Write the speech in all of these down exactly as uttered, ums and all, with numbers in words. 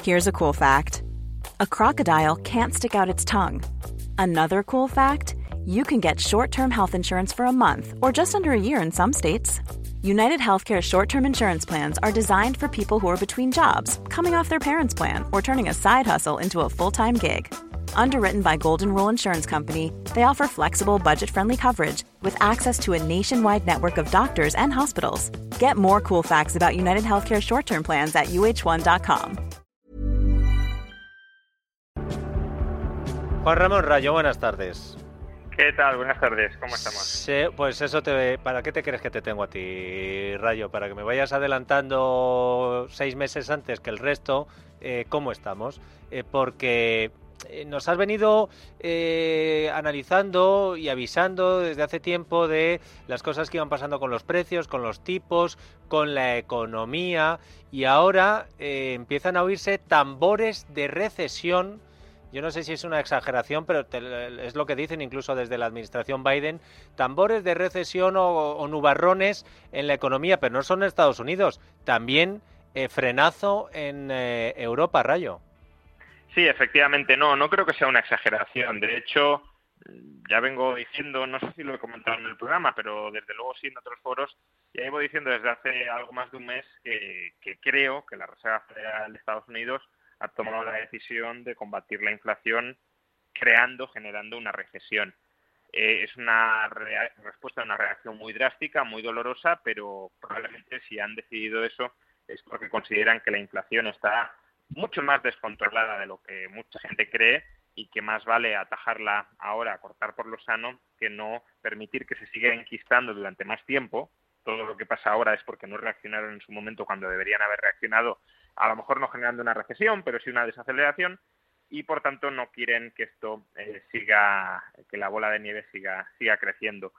Here's a cool fact. A crocodile can't stick out its tongue. Another cool fact, you can get short-term health insurance for a month or just under a year in some states. United Healthcare short-term insurance plans are designed for people who are between jobs, coming off their parents' plan, or turning a side hustle into a full-time gig. Underwritten by Golden Rule Insurance Company, they offer flexible, budget-friendly coverage with access to a nationwide network of doctors and hospitals. Get more cool facts about United Healthcare short-term plans at U H one dot com. Juan Ramón Rayo, buenas tardes. ¿Qué tal? Buenas tardes, ¿cómo estamos? Sí, pues eso te... ¿Para qué te crees que te tengo a ti, Rayo? Para que me vayas adelantando seis meses antes que el resto, eh, ¿cómo estamos? Eh, porque eh, nos has venido eh, analizando y avisando desde hace tiempo de las cosas que iban pasando con los precios, con los tipos, con la economía, y ahora eh, empiezan a oírse tambores de recesión. Yo no sé si es una exageración, pero te, es lo que dicen incluso desde la administración Biden, tambores de recesión o, o nubarrones en la economía, pero no son en Estados Unidos, también eh, frenazo en eh, Europa, Rayo. Sí, efectivamente, no, no creo que sea una exageración. De hecho, ya vengo diciendo, no sé si lo he comentado en el programa, pero desde luego sí en otros foros, ya llevo diciendo desde hace algo más de un mes que, que creo que la Reserva Federal de Estados Unidos ha tomado la decisión de combatir la inflación creando, generando una recesión. Eh, es una rea- respuesta a una reacción muy drástica, muy dolorosa, pero probablemente si han decidido eso es porque consideran que la inflación está mucho más descontrolada de lo que mucha gente cree y que más vale atajarla ahora, cortar por lo sano, que no permitir que se siga enquistando durante más tiempo. Todo lo que pasa ahora es porque no reaccionaron en su momento cuando deberían haber reaccionado, a lo mejor no generando una recesión, pero sí una desaceleración, y por tanto no quieren que esto eh, siga, que la bola de nieve siga, siga creciendo.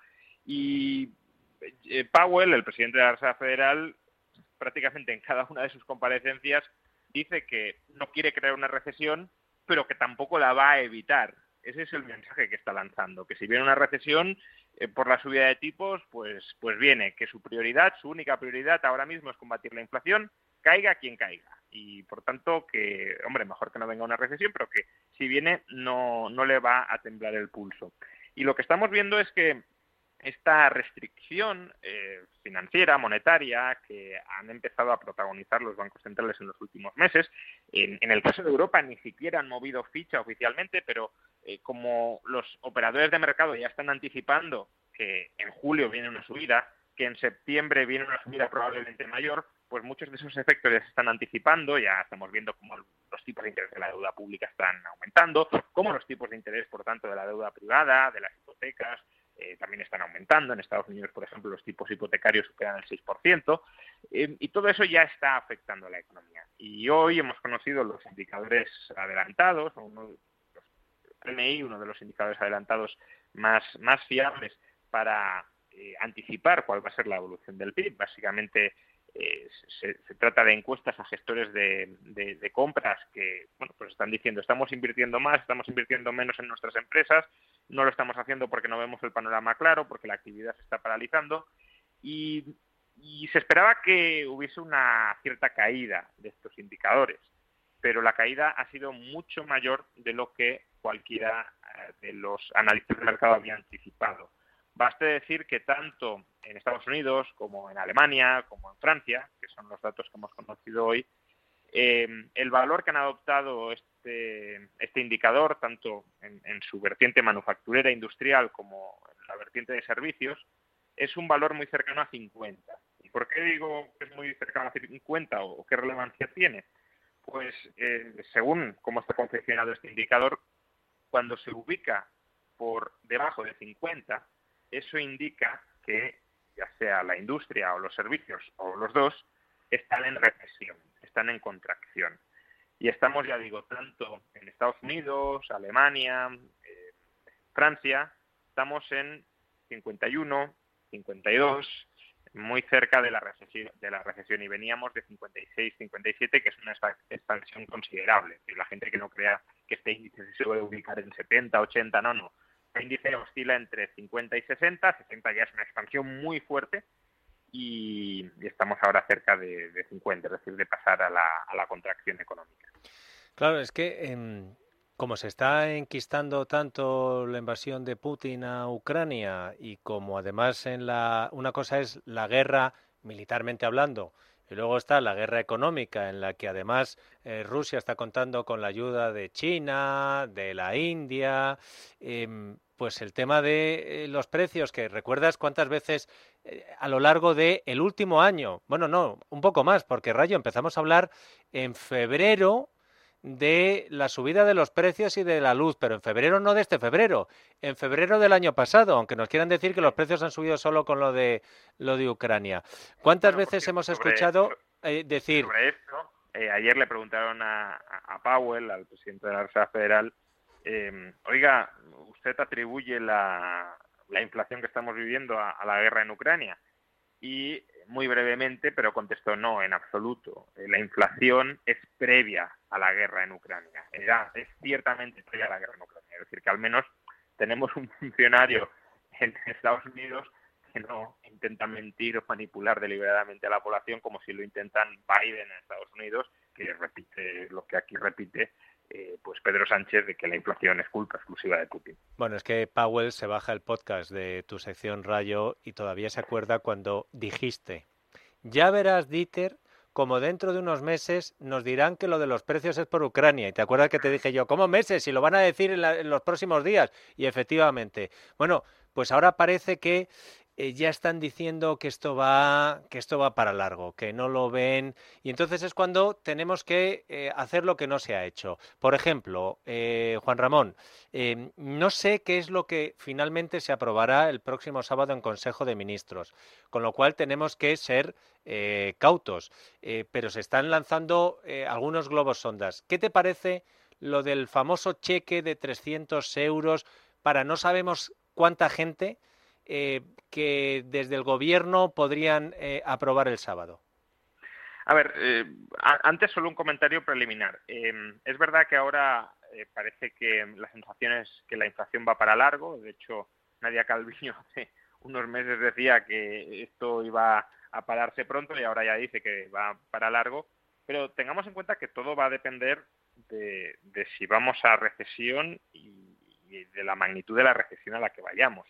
Y eh, Powell, el presidente de la Reserva Federal, prácticamente en cada una de sus comparecencias dice que no quiere crear una recesión, pero que tampoco la va a evitar. Ese es el mensaje que está lanzando, que si viene una recesión eh, por la subida de tipos, pues, pues viene, que su prioridad, su única prioridad ahora mismo es combatir la inflación, caiga quien caiga. Y por tanto, que, hombre, mejor que no venga una recesión, pero que si viene no, no le va a temblar el pulso. Y lo que estamos viendo es que esta restricción eh, financiera, monetaria, que han empezado a protagonizar los bancos centrales en los últimos meses, en, en el caso de Europa ni siquiera han movido ficha oficialmente, pero eh, como los operadores de mercado ya están anticipando que en julio viene una subida, que en septiembre viene una subida probablemente mayor, pues muchos de esos efectos ya se están anticipando, ya estamos viendo cómo los tipos de interés de la deuda pública están aumentando, cómo los tipos de interés, por tanto, de la deuda privada, de las hipotecas, eh, también están aumentando. En Estados Unidos, por ejemplo, los tipos hipotecarios superan el seis por ciento, eh, y todo eso ya está afectando a la economía. Y hoy hemos conocido los indicadores adelantados, uno, los P M I, uno de los indicadores adelantados más, más fiables para eh, anticipar cuál va a ser la evolución del P I B. Básicamente, Eh, se, se trata de encuestas a gestores de, de, de compras que, bueno, pues están diciendo estamos invirtiendo más, estamos invirtiendo menos en nuestras empresas, no lo estamos haciendo porque no vemos el panorama claro, porque la actividad se está paralizando, y, y se esperaba que hubiese una cierta caída de estos indicadores, pero la caída ha sido mucho mayor de lo que cualquiera de los analistas del mercado había anticipado. Baste decir que tanto en Estados Unidos como en Alemania, como en Francia, que son los datos que hemos conocido hoy, eh, el valor que han adoptado este, este indicador, tanto en, en su vertiente manufacturera industrial como en la vertiente de servicios, es un valor muy cercano a cincuenta. ¿Y por qué digo que es muy cercano a cincuenta o qué relevancia tiene? Pues eh, según cómo está confeccionado este indicador, cuando se ubica por debajo de cincuenta, eso indica que ya sea la industria o los servicios o los dos están en recesión, están en contracción. Y estamos, ya digo, tanto en Estados Unidos, Alemania, eh, Francia, estamos en cincuenta y uno, cincuenta y dos, muy cerca de la recesión, de la recesión y veníamos de cincuenta y seis, cincuenta y siete, que es una expansión considerable. Y la gente que no crea que este índice se suele ubicar en setenta, ochenta, no, no. El índice oscila entre cincuenta y sesenta, sesenta ya es una expansión muy fuerte y, y estamos ahora cerca de, de cincuenta, es decir, de pasar a la, a la contracción económica. Claro, es que eh, como se está enquistando tanto la invasión de Putin a Ucrania y como además en la una cosa es la guerra militarmente hablando y luego está la guerra económica en la que además eh, Rusia está contando con la ayuda de China, de la India, em, pues el tema de eh, los precios, que recuerdas cuántas veces eh, a lo largo del el último año, bueno, no, un poco más, porque Rayo empezamos a hablar en febrero de la subida de los precios y de la luz, pero en febrero no de este febrero, en febrero del año pasado, aunque nos quieran decir que los precios han subido solo con lo de lo de Ucrania. ¿Cuántas Bueno, por veces cierto, hemos sobre, escuchado eh, decir, sobre esto, eh, ayer le preguntaron a, a Powell, al presidente de la Reserva Federal, eh, oiga, ¿usted atribuye la, la inflación que estamos viviendo a, a la guerra en Ucrania? Y muy brevemente, pero contestó no, en absoluto. Eh, La inflación es previa a la guerra en Ucrania. Era, es ciertamente previa a la guerra en Ucrania. Es decir, que al menos tenemos un funcionario en Estados Unidos que no intenta mentir o manipular deliberadamente a la población como si lo intentan Biden en Estados Unidos, que repite lo que aquí repite eh, pues Pedro Sánchez, de que la inflación es culpa exclusiva de Putin. bueno, es que Powell se baja el podcast de tu sección Rayo y todavía se acuerda cuando dijiste, ya verás, Dieter, como dentro de unos meses nos dirán que lo de los precios es por Ucrania. Y te acuerdas que te dije yo, ¿cómo meses? Si lo van a decir en, la, en los próximos días. Y efectivamente, bueno, pues ahora parece que eh, ya están diciendo que esto va, que esto va para largo, que no lo ven. Y entonces es cuando tenemos que eh, hacer lo que no se ha hecho. Por ejemplo, eh, Juan Ramón, eh, no sé qué es lo que finalmente se aprobará el próximo sábado en Consejo de Ministros, con lo cual tenemos que ser eh, cautos, eh, pero se están lanzando eh, algunos globos sondas. ¿Qué te parece lo del famoso cheque de trescientos euros para no sabemos cuánta gente eh, que desde el gobierno podrían eh, aprobar el sábado? A ver, eh, a, antes solo un comentario preliminar. Eh, es verdad que ahora eh, parece que la sensación es que la inflación va para largo. De hecho, Nadia Calviño hace unos meses decía que esto iba a pararse pronto y ahora ya dice que va para largo. Pero tengamos en cuenta que todo va a depender de, de si vamos a recesión y, y de la magnitud de la recesión a la que vayamos.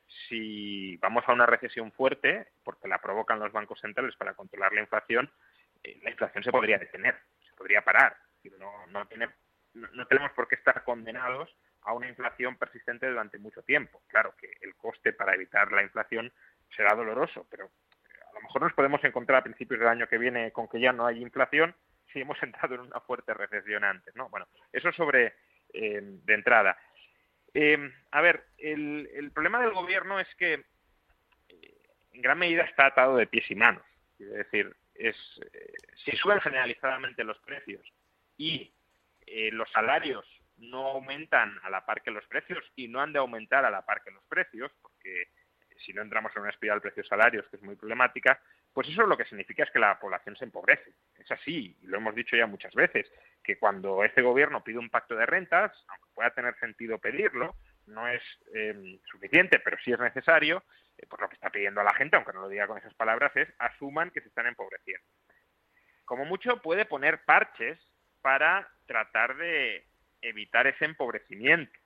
Si vamos a una recesión fuerte, porque la provocan los bancos centrales para controlar la inflación, la inflación se podría detener, se podría parar. No, no, tiene, no, no tenemos por qué estar condenados a una inflación persistente durante mucho tiempo. Claro que el coste para evitar la inflación será doloroso, pero a lo mejor nos podemos encontrar a principios del año que viene con que ya no hay inflación si hemos entrado en una fuerte recesión antes, ¿no? Bueno, eso sobre eh, de entrada. Eh, a ver, el, el problema del gobierno es que eh, en gran medida está atado de pies y manos. Es decir, es eh, si suben generalizadamente los precios y eh, los salarios no aumentan a la par que los precios y no han de aumentar a la par que los precios, porque si no entramos en una espiral precios-salarios que es muy problemática, pues eso lo que significa es que la población se empobrece. Es así, y lo hemos dicho ya muchas veces, que cuando este gobierno pide un pacto de rentas, aunque pueda tener sentido pedirlo, no es eh, suficiente, pero sí es necesario, eh, pues lo que está pidiendo a la gente, aunque no lo diga con esas palabras, es asuman que se están empobreciendo. Como mucho puede poner parches para tratar de evitar ese empobrecimiento.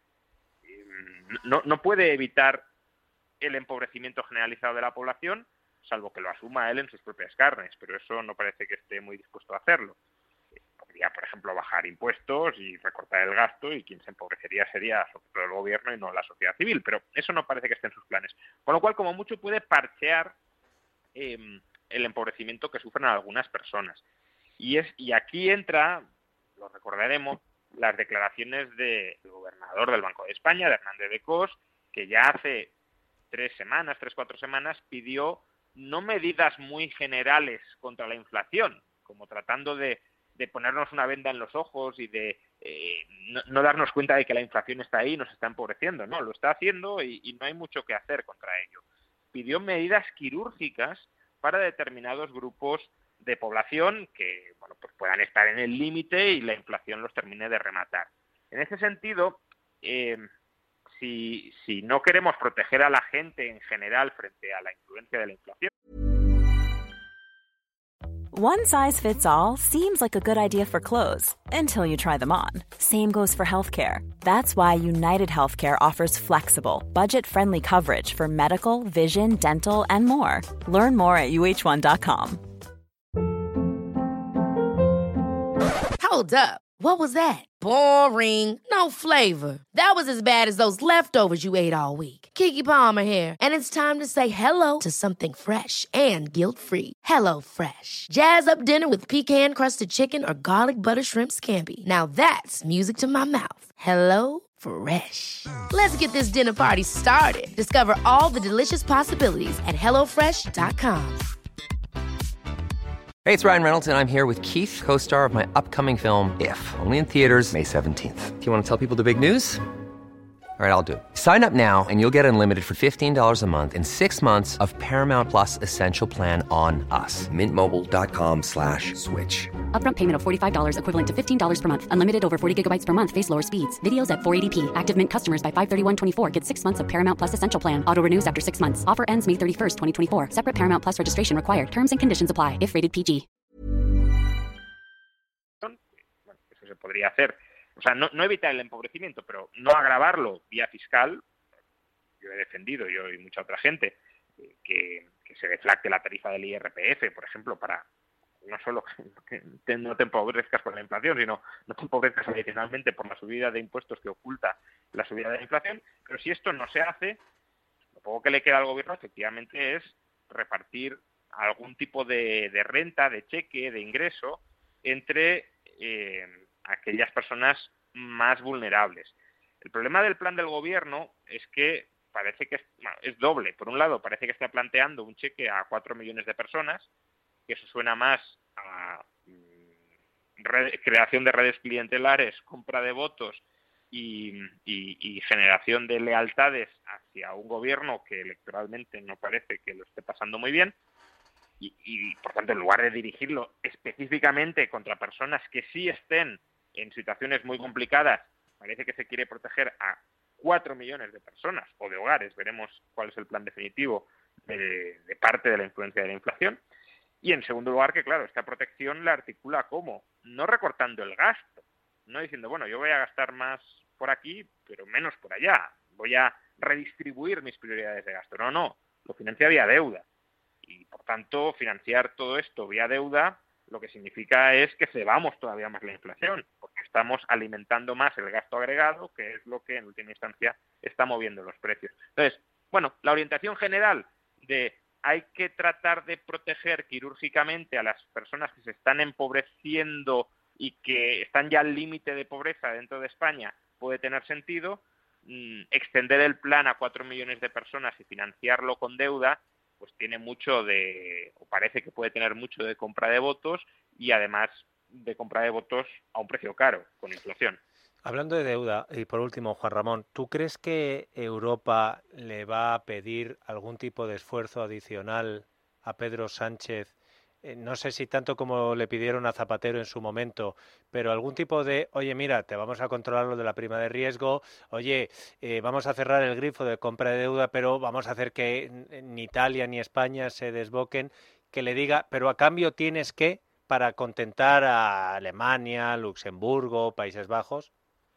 No, no puede evitar el empobrecimiento generalizado de la población, salvo que lo asuma él en sus propias carnes, pero eso no parece que esté muy dispuesto a hacerlo. Podría, por ejemplo, bajar impuestos y recortar el gasto, y quien se empobrecería sería sobre todo el gobierno y no la sociedad civil, pero eso no parece que esté en sus planes. Con lo cual, como mucho, puede parchear eh, el empobrecimiento que sufren algunas personas. Y, es, y aquí entra, lo recordaremos, las declaraciones del gobernador del Banco de España, de Hernández de Cos, que ya hace tres semanas, tres, cuatro semanas, pidió no medidas muy generales contra la inflación, como tratando de, de ponernos una venda en los ojos y de eh, no, no darnos cuenta de que la inflación está ahí y nos está empobreciendo. No, lo está haciendo y, y no hay mucho que hacer contra ello. Pidió medidas quirúrgicas para determinados grupos de población que bueno, pues puedan estar en el límite y la inflación los termine de rematar. En ese sentido, eh, Si, si no queremos proteger a la gente en general frente a la influencia de la inflación. One size fits all seems like a good idea for clothes until you try them on. Same goes for healthcare. That's why United Healthcare offers flexible, budget-friendly coverage for medical, vision, dental, and more. Learn more at U H one dot com. Hold up. What was that? Boring. No flavor. That was as bad as those leftovers you ate all week. Keke Palmer here, and it's time to say hello to something fresh and guilt-free. Hello Fresh. Jazz up dinner with pecan-crusted chicken or garlic butter shrimp scampi. Now that's music to my mouth. Hello Fresh. Let's get this dinner party started. Discover all the delicious possibilities at hello fresh dot com. Hey, it's Ryan Reynolds, and I'm here with Keith, co-star of my upcoming film, If, only in theaters May seventeenth. Do you want to tell people the big news? All right, I'll do it. Sign up now and you'll get unlimited for fifteen dollars a month and six months of Paramount Plus Essential Plan on us. Mint Mobile dot com slash switch. Upfront payment of forty-five dollars equivalent to fifteen dollars per month. Unlimited over forty gigabytes per month. Face lower speeds. Videos at four eighty p. Active Mint customers by five thirty-one twenty-four get six months of Paramount Plus Essential Plan. Auto renews after six months. Offer ends May thirty-first, twenty twenty-four. Separate Paramount Plus registration required. Terms and conditions apply if rated P G. Bueno, eso se podría hacer. O sea, no, no evitar el empobrecimiento, pero no agravarlo vía fiscal. Yo he defendido, yo y mucha otra gente, que, que se deflacte la tarifa del I R P F, por ejemplo, para no solo que te, no te empobrezcas por la inflación, sino no te empobrezcas adicionalmente por la subida de impuestos que oculta la subida de la inflación. Pero si esto no se hace, lo poco que le queda al gobierno efectivamente es repartir algún tipo de, de renta, de cheque, de ingreso entre eh, aquellas personas más vulnerables. El problema del plan del gobierno es que parece que es, bueno, es doble. Por un lado, parece que está planteando un cheque a cuatro millones de personas, que eso suena más a mm, red, creación de redes clientelares, compra de votos y, y, y generación de lealtades hacia un gobierno que electoralmente no parece que lo esté pasando muy bien. Y, y, por tanto, en lugar de dirigirlo específicamente contra personas que sí estén en situaciones muy complicadas, parece que se quiere proteger a cuatro millones de personas o de hogares. Veremos cuál es el plan definitivo de, de parte de la influencia de la inflación. Y, en segundo lugar, que, claro, esta protección la articula ¿cómo? No recortando el gasto, no diciendo, bueno, yo voy a gastar más por aquí, pero menos por allá. Voy a redistribuir mis prioridades de gasto. No, no, lo financia vía deuda. Y, por tanto, financiar todo esto vía deuda lo que significa es que cebamos todavía más la inflación, porque estamos alimentando más el gasto agregado, que es lo que, en última instancia, está moviendo los precios. Entonces, bueno, la orientación general de hay que tratar de proteger quirúrgicamente a las personas que se están empobreciendo y que están ya al límite de pobreza dentro de España puede tener sentido. Mm, extender el plan a cuatro millones de personas y financiarlo con deuda pues tiene mucho de, o parece que puede tener mucho de compra de votos y además de compra de votos a un precio caro, con inflación. Hablando de deuda, y por último, Juan Ramón, ¿tú crees que Europa le va a pedir algún tipo de esfuerzo adicional a Pedro Sánchez? Eh, no sé si tanto como le pidieron a Zapatero en su momento, pero algún tipo de, oye, mira, te vamos a controlar lo de la prima de riesgo, oye, eh, vamos a cerrar el grifo de compra de deuda, pero vamos a hacer que ni Italia ni España se desboquen, que le diga, pero a cambio tienes que, para contentar a Alemania, Luxemburgo, Países Bajos.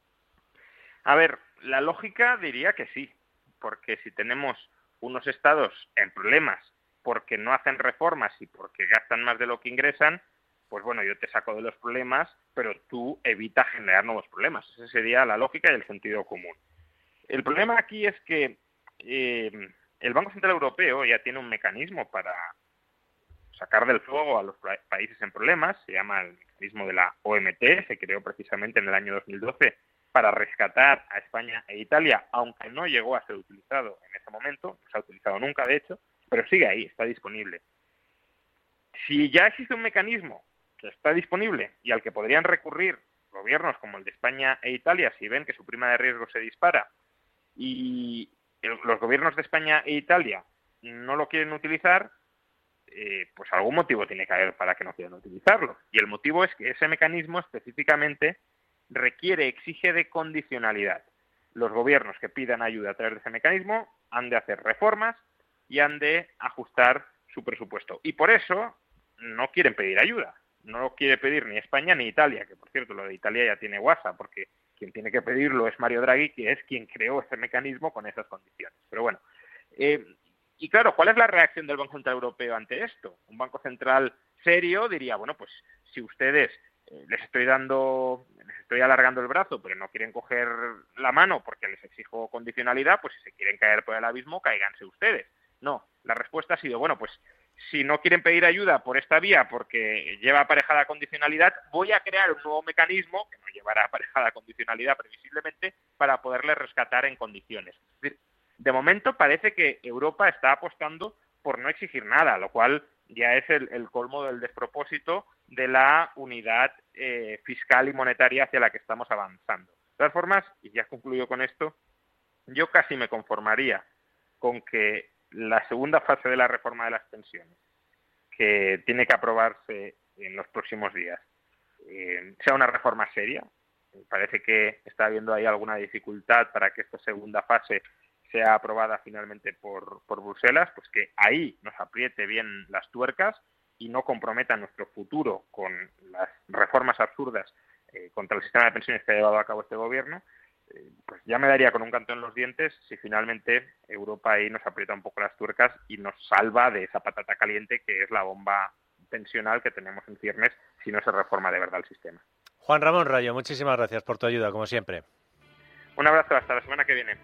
A ver, la lógica diría que sí, porque si tenemos unos estados en problemas porque no hacen reformas y porque gastan más de lo que ingresan, pues bueno, yo te saco de los problemas, pero tú evitas generar nuevos problemas. Esa sería la lógica y el sentido común. El problema aquí es que eh, el Banco Central Europeo ya tiene un mecanismo para sacar del fuego a los países en problemas, se llama el mecanismo de la O M T, se creó precisamente en el año dos mil doce para rescatar a España e Italia, aunque no llegó a ser utilizado en ese momento, no se ha utilizado nunca de hecho, pero sigue ahí, está disponible. Si ya existe un mecanismo que está disponible y al que podrían recurrir gobiernos como el de España e Italia si ven que su prima de riesgo se dispara y el, los gobiernos de España e Italia no lo quieren utilizar, eh, pues algún motivo tiene que haber para que no quieran utilizarlo. Y el motivo es que ese mecanismo específicamente requiere, exige de condicionalidad. Los gobiernos que pidan ayuda a través de ese mecanismo han de hacer reformas y han de ajustar su presupuesto. Y por eso no quieren pedir ayuda. No lo quiere pedir ni España ni Italia, que por cierto, lo de Italia ya tiene guasa, porque quien tiene que pedirlo es Mario Draghi, que es quien creó ese mecanismo con esas condiciones. Pero bueno, eh, y claro, ¿cuál es la reacción del Banco Central Europeo ante esto? Un Banco Central serio diría, bueno, pues si ustedes eh, les estoy dando, les estoy alargando el brazo, pero no quieren coger la mano porque les exijo condicionalidad, pues si se quieren caer por el abismo, cáiganse ustedes. No, la respuesta ha sido, bueno, pues si no quieren pedir ayuda por esta vía porque lleva aparejada condicionalidad, voy a crear un nuevo mecanismo, que no llevará aparejada condicionalidad previsiblemente, para poderles rescatar en condiciones. Es decir, de momento parece que Europa está apostando por no exigir nada, lo cual ya es el, el colmo del despropósito de la unidad eh, fiscal y monetaria hacia la que estamos avanzando. De todas formas, y ya concluyo con esto, yo casi me conformaría con que la segunda fase de la reforma de las pensiones, que tiene que aprobarse en los próximos días, eh, sea una reforma seria. Parece que está habiendo ahí alguna dificultad para que esta segunda fase sea aprobada finalmente por, por Bruselas, pues que ahí nos apriete bien las tuercas y no comprometa nuestro futuro con las reformas absurdas eh, contra el sistema de pensiones que ha llevado a cabo este gobierno. Pues ya me daría con un canto en los dientes si finalmente Europa ahí nos aprieta un poco las tuercas y nos salva de esa patata caliente que es la bomba pensional que tenemos en ciernes si no se reforma de verdad el sistema. Juan Ramón Rayo, muchísimas gracias por tu ayuda, como siempre. Un abrazo, hasta la semana que viene.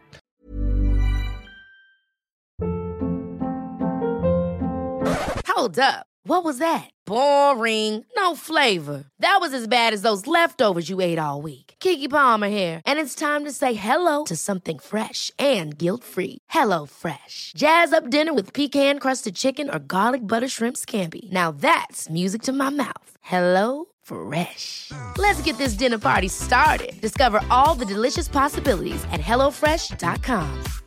Hold up. What was that? Boring. No flavor. That was as bad as those leftovers you ate all week. Keke Palmer here, and it's time to say hello to something fresh and guilt-free. Hello Fresh. Jazz up dinner with pecan-crusted chicken or garlic butter shrimp scampi. Now that's music to my mouth. Hello Fresh. Let's get this dinner party started. Discover all the delicious possibilities at hello fresh dot com.